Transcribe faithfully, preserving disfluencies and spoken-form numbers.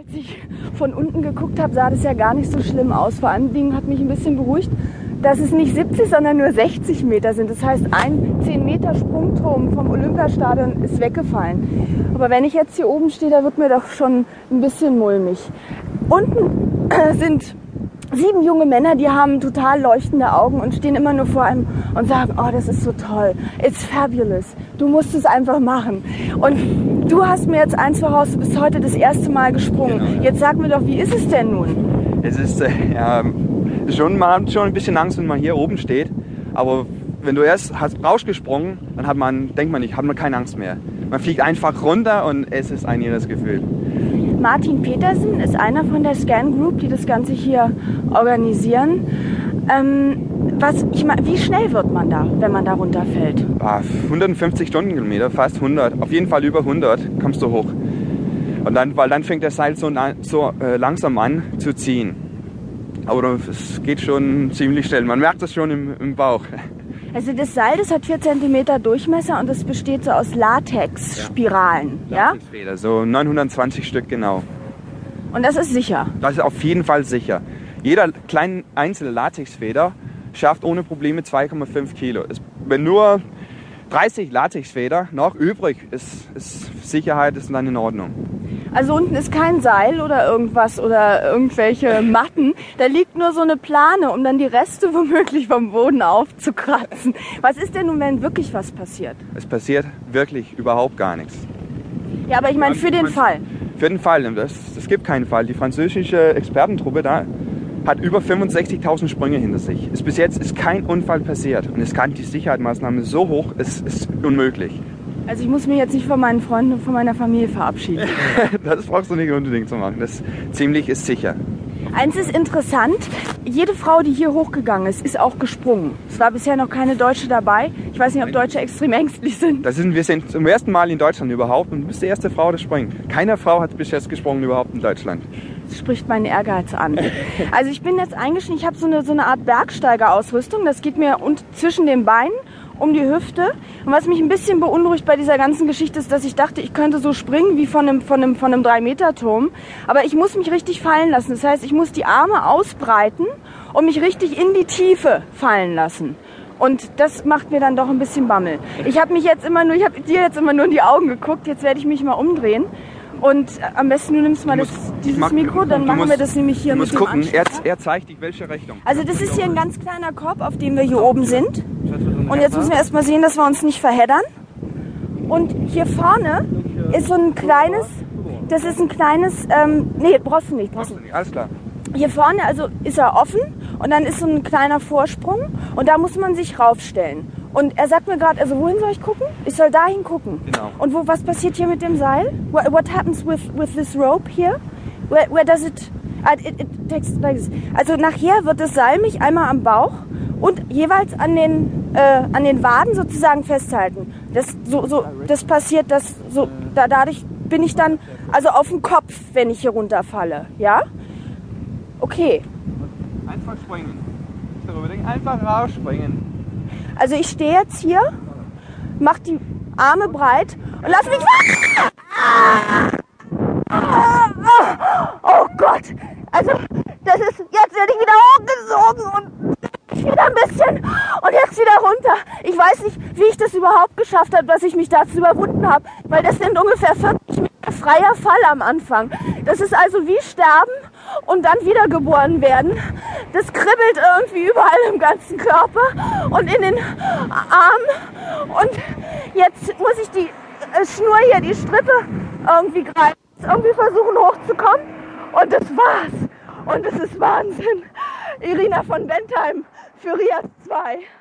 Als ich von unten geguckt habe, sah das ja gar nicht so schlimm aus. Vor allen Dingen hat mich ein bisschen beruhigt, dass es nicht siebzig, sondern nur sechzig Meter sind. Das heißt, ein zehn Meter Sprungturm vom Olympiastadion ist weggefallen. Aber wenn ich jetzt hier oben stehe, da wird mir doch schon ein bisschen mulmig. Unten sind sieben junge Männer, die haben total leuchtende Augen und stehen immer nur vor einem und sagen, oh, das ist so toll, it's fabulous, du musst es einfach machen. Und du hast mir jetzt eins voraus, du bist heute das erste Mal gesprungen. Genau, ja. Jetzt sag mir doch, wie ist es denn nun? Es ist äh, ja, schon, man hat schon ein bisschen Angst, wenn man hier oben steht, aber wenn du erst hast rausgesprungen, dann hat man, denkt man nicht, hat man keine Angst mehr. Man fliegt einfach runter und es ist ein irres Gefühl. Martin Petersen ist einer von der Scan Group, die das Ganze hier organisieren. Ähm, was, ich mein, wie schnell wird man da, wenn man da runterfällt? Ah, hundertfünfzig Stundenkilometer, fast hundert, auf jeden Fall über hundert kommst du hoch. Und dann, weil dann fängt der Seil so, so äh, langsam an zu ziehen. Aber es geht schon ziemlich schnell, man merkt das schon im, im Bauch. Also das Seil, das hat vier Zentimeter Durchmesser und das besteht so aus Latex-Spiralen, ja? Latexfeder, so neunhundertzwanzig Stück genau. Und das ist sicher? Das ist auf jeden Fall sicher. Jeder kleine einzelne Latexfeder schafft ohne Probleme zwei Komma fünf Kilo. Es, wenn nur dreißig Latexfeder noch übrig ist, ist Sicherheit ist dann in Ordnung. Also unten ist kein Seil oder irgendwas oder irgendwelche Matten. Da liegt nur so eine Plane, um dann die Reste womöglich vom Boden aufzukratzen. Was ist denn nun, wenn wirklich was passiert? Es passiert wirklich überhaupt gar nichts. Ja, aber ich meine für den Fall. Für den Fall. Es gibt keinen Fall. Die französische Expertentruppe da hat über fünfundsechzigtausend Sprünge hinter sich. Es, bis jetzt ist kein Unfall passiert. Und es kann die Sicherheitsmaßnahme so hoch, es ist unmöglich. Also ich muss mich jetzt nicht von meinen Freunden und von meiner Familie verabschieden. Das brauchst du nicht unbedingt zu machen. Das ziemlich ist sicher. Eins ist interessant, jede Frau, die hier hochgegangen ist, ist auch gesprungen. Es war bisher noch keine Deutsche dabei. Ich weiß nicht, ob Deutsche extrem ängstlich sind. Das sind, wir sind zum ersten Mal in Deutschland überhaupt und du bist die erste Frau, die springt. Keine Frau hat bis jetzt gesprungen überhaupt in Deutschland. Das spricht meinen Ehrgeiz an. Also ich bin jetzt eingestiegen, ich habe so eine, so eine Art Bergsteigerausrüstung. Das geht mir und zwischen den Beinen um die Hüfte. Und was mich ein bisschen beunruhigt bei dieser ganzen Geschichte ist, dass ich dachte, ich könnte so springen wie von einem, von einem, von einem drei Meter Turm. Aber ich muss mich richtig fallen lassen. Das heißt, ich muss die Arme ausbreiten und mich richtig in die Tiefe fallen lassen. Und das macht mir dann doch ein bisschen Bammel. Ich habe mich jetzt immer nur, ich habe dir jetzt immer nur in die Augen geguckt. Jetzt werde ich mich mal umdrehen. Und am besten du nimmst mal du das, musst, dieses mag, Mikro, dann machen musst, wir das nämlich hier du mit musst dem gucken, er, Anschluss. er zeigt dich, welche Richtung. Also das ist hier ein ganz kleiner Korb, auf dem wir hier oben sind. Und jetzt müssen wir erstmal sehen, dass wir uns nicht verheddern. Und hier vorne ist so ein kleines, das ist ein kleines, ähm, nee, brauchst du nicht. Brauchst du nicht, alles klar. Hier vorne also ist er offen und dann ist so ein kleiner Vorsprung und da muss man sich raufstellen. Und er sagt mir gerade, also wohin soll ich gucken? Ich soll dahin gucken. Genau. Und wo, was passiert hier mit dem Seil? What, what happens with, with this rope here? Where, where does it, it, it takes like this. Also nachher wird das Seil mich einmal am Bauch und jeweils an den, äh, an den Waden sozusagen festhalten. Das, so, so, das passiert, das, so, da, dadurch bin ich dann also auf dem Kopf, wenn ich hier runterfalle. Ja? Okay. Einfach springen. Einfach rausspringen. Also ich stehe jetzt hier, mach die Arme breit und lass mich fallen. Oh Gott, also das ist, jetzt werde ich wieder hochgesogen und wieder ein bisschen und jetzt wieder runter. Ich weiß nicht, wie ich das überhaupt geschafft habe, dass ich mich dazu überwunden habe, weil das sind ungefähr vierzig Meter freier Fall am Anfang. Das ist also wie sterben und dann wiedergeboren werden. Das kribbelt irgendwie überall im ganzen Körper und in den Armen. Und jetzt muss ich die Schnur hier, die Strippe irgendwie greifen, irgendwie versuchen hochzukommen. Und das war's. Und das ist Wahnsinn. Irina von Bentheim für R I A zwei.